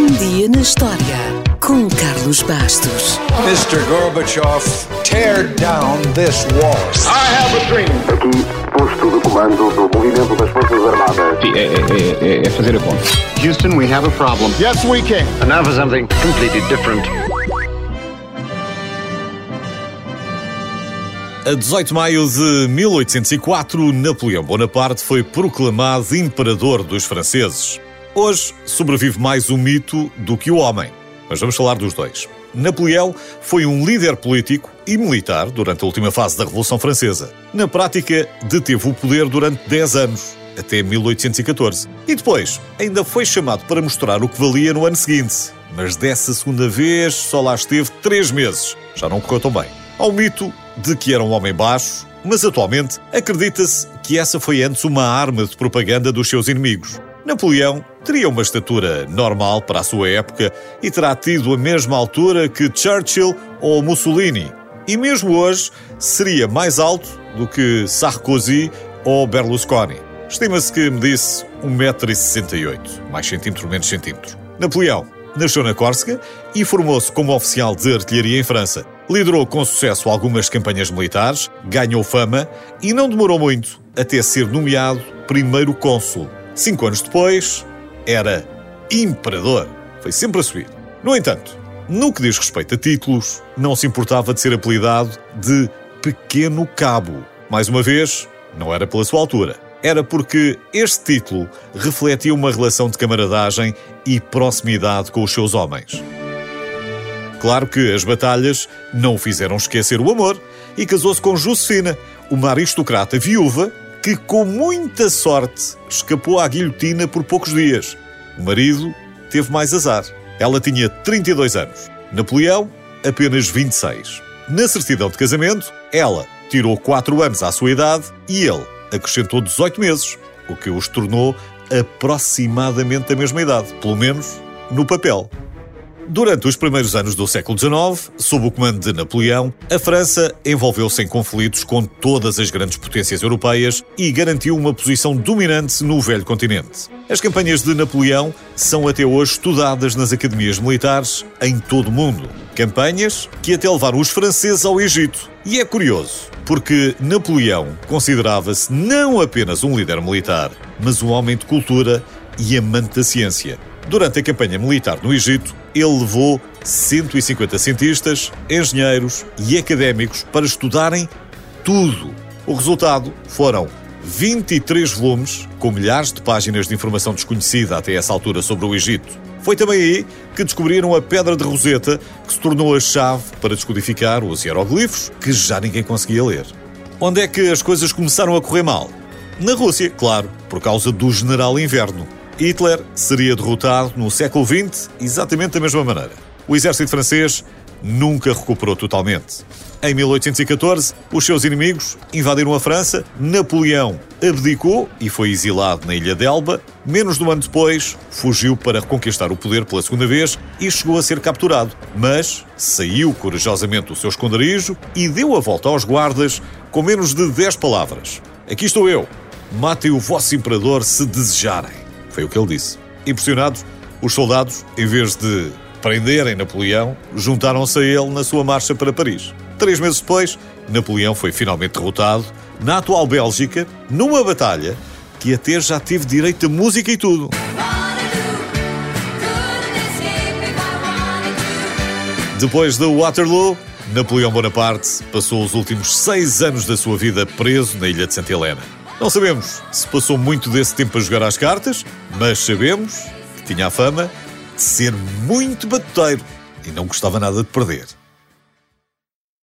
Um dia na história com Carlos Bastos. Mr. Gorbachev, tear down this wall. I have a dream. Aqui, posto de comando do movimento das Forças Armadas. É fazer a conta. Houston, we have a problem. Yes, we can. And now for something completely different. A 18 de maio de 1804, Napoleão Bonaparte foi proclamado imperador dos franceses. Hoje sobrevive mais o mito do que o homem, mas vamos falar dos dois. Napoleão foi um líder político e militar durante a última fase da Revolução Francesa. Na prática, deteve o poder durante 10 anos, até 1814. E depois, ainda foi chamado para mostrar o que valia no ano seguinte. Mas dessa segunda vez, só lá esteve 3 meses. Já não correu tão bem. Há o mito de que era um homem baixo, mas atualmente acredita-se que essa foi antes uma arma de propaganda dos seus inimigos. Napoleão teria uma estatura normal para a sua época e terá tido a mesma altura que Churchill ou Mussolini. E mesmo hoje seria mais alto do que Sarkozy ou Berlusconi. Estima-se que medisse 1,68 m, mais centímetro, menos centímetro. Napoleão nasceu na Córsega e formou-se como oficial de artilharia em França. Liderou com sucesso algumas campanhas militares, ganhou fama e não demorou muito até ser nomeado primeiro cônsul. 5 anos depois, era imperador. Foi sempre a subir. No entanto, no que diz respeito a títulos, não se importava de ser apelidado de Pequeno Cabo. Mais uma vez, não era pela sua altura. Era porque este título refletia uma relação de camaradagem e proximidade com os seus homens. Claro que as batalhas não o fizeram esquecer o amor e casou-se com Josefina, uma aristocrata viúva que, com muita sorte, escapou à guilhotina por poucos dias. O marido teve mais azar. Ela tinha 32 anos. Napoleão, apenas 26. Na certidão de casamento, ela tirou 4 anos à sua idade e ele acrescentou 18 meses, o que os tornou aproximadamente da mesma idade, pelo menos no papel. Durante os primeiros anos do século XIX, sob o comando de Napoleão, a França envolveu-se em conflitos com todas as grandes potências europeias e garantiu uma posição dominante no velho continente. As campanhas de Napoleão são até hoje estudadas nas academias militares em todo o mundo. Campanhas que até levaram os franceses ao Egito. E é curioso, porque Napoleão considerava-se não apenas um líder militar, mas um homem de cultura e amante da ciência. Durante a campanha militar no Egito, ele levou 150 cientistas, engenheiros e académicos para estudarem tudo. O resultado foram 23 volumes, com milhares de páginas de informação desconhecida até essa altura sobre o Egito. Foi também aí que descobriram a Pedra de Roseta, que se tornou a chave para descodificar os hieroglifos que já ninguém conseguia ler. Onde é que as coisas começaram a correr mal? Na Rússia, claro, por causa do General Inverno. Hitler seria derrotado no século XX exatamente da mesma maneira. O exército francês nunca recuperou totalmente. Em 1814, os seus inimigos invadiram a França, Napoleão abdicou e foi exilado na ilha de Elba. Menos de um ano depois, fugiu para reconquistar o poder pela segunda vez e chegou a ser capturado. Mas saiu corajosamente do seu esconderijo e deu a volta aos guardas com menos de 10 palavras. Aqui estou eu. Matem o vosso imperador se desejarem. Foi o que ele disse. Impressionados, os soldados, em vez de prenderem Napoleão, juntaram-se a ele na sua marcha para Paris. 3 meses depois, Napoleão foi finalmente derrotado na atual Bélgica, numa batalha que até já teve direito a música e tudo. Depois de Waterloo, Napoleão Bonaparte passou os últimos 6 anos da sua vida preso na ilha de Santa Helena. Não sabemos se passou muito desse tempo a jogar às cartas, mas sabemos que tinha a fama de ser muito batuteiro e não gostava nada de perder.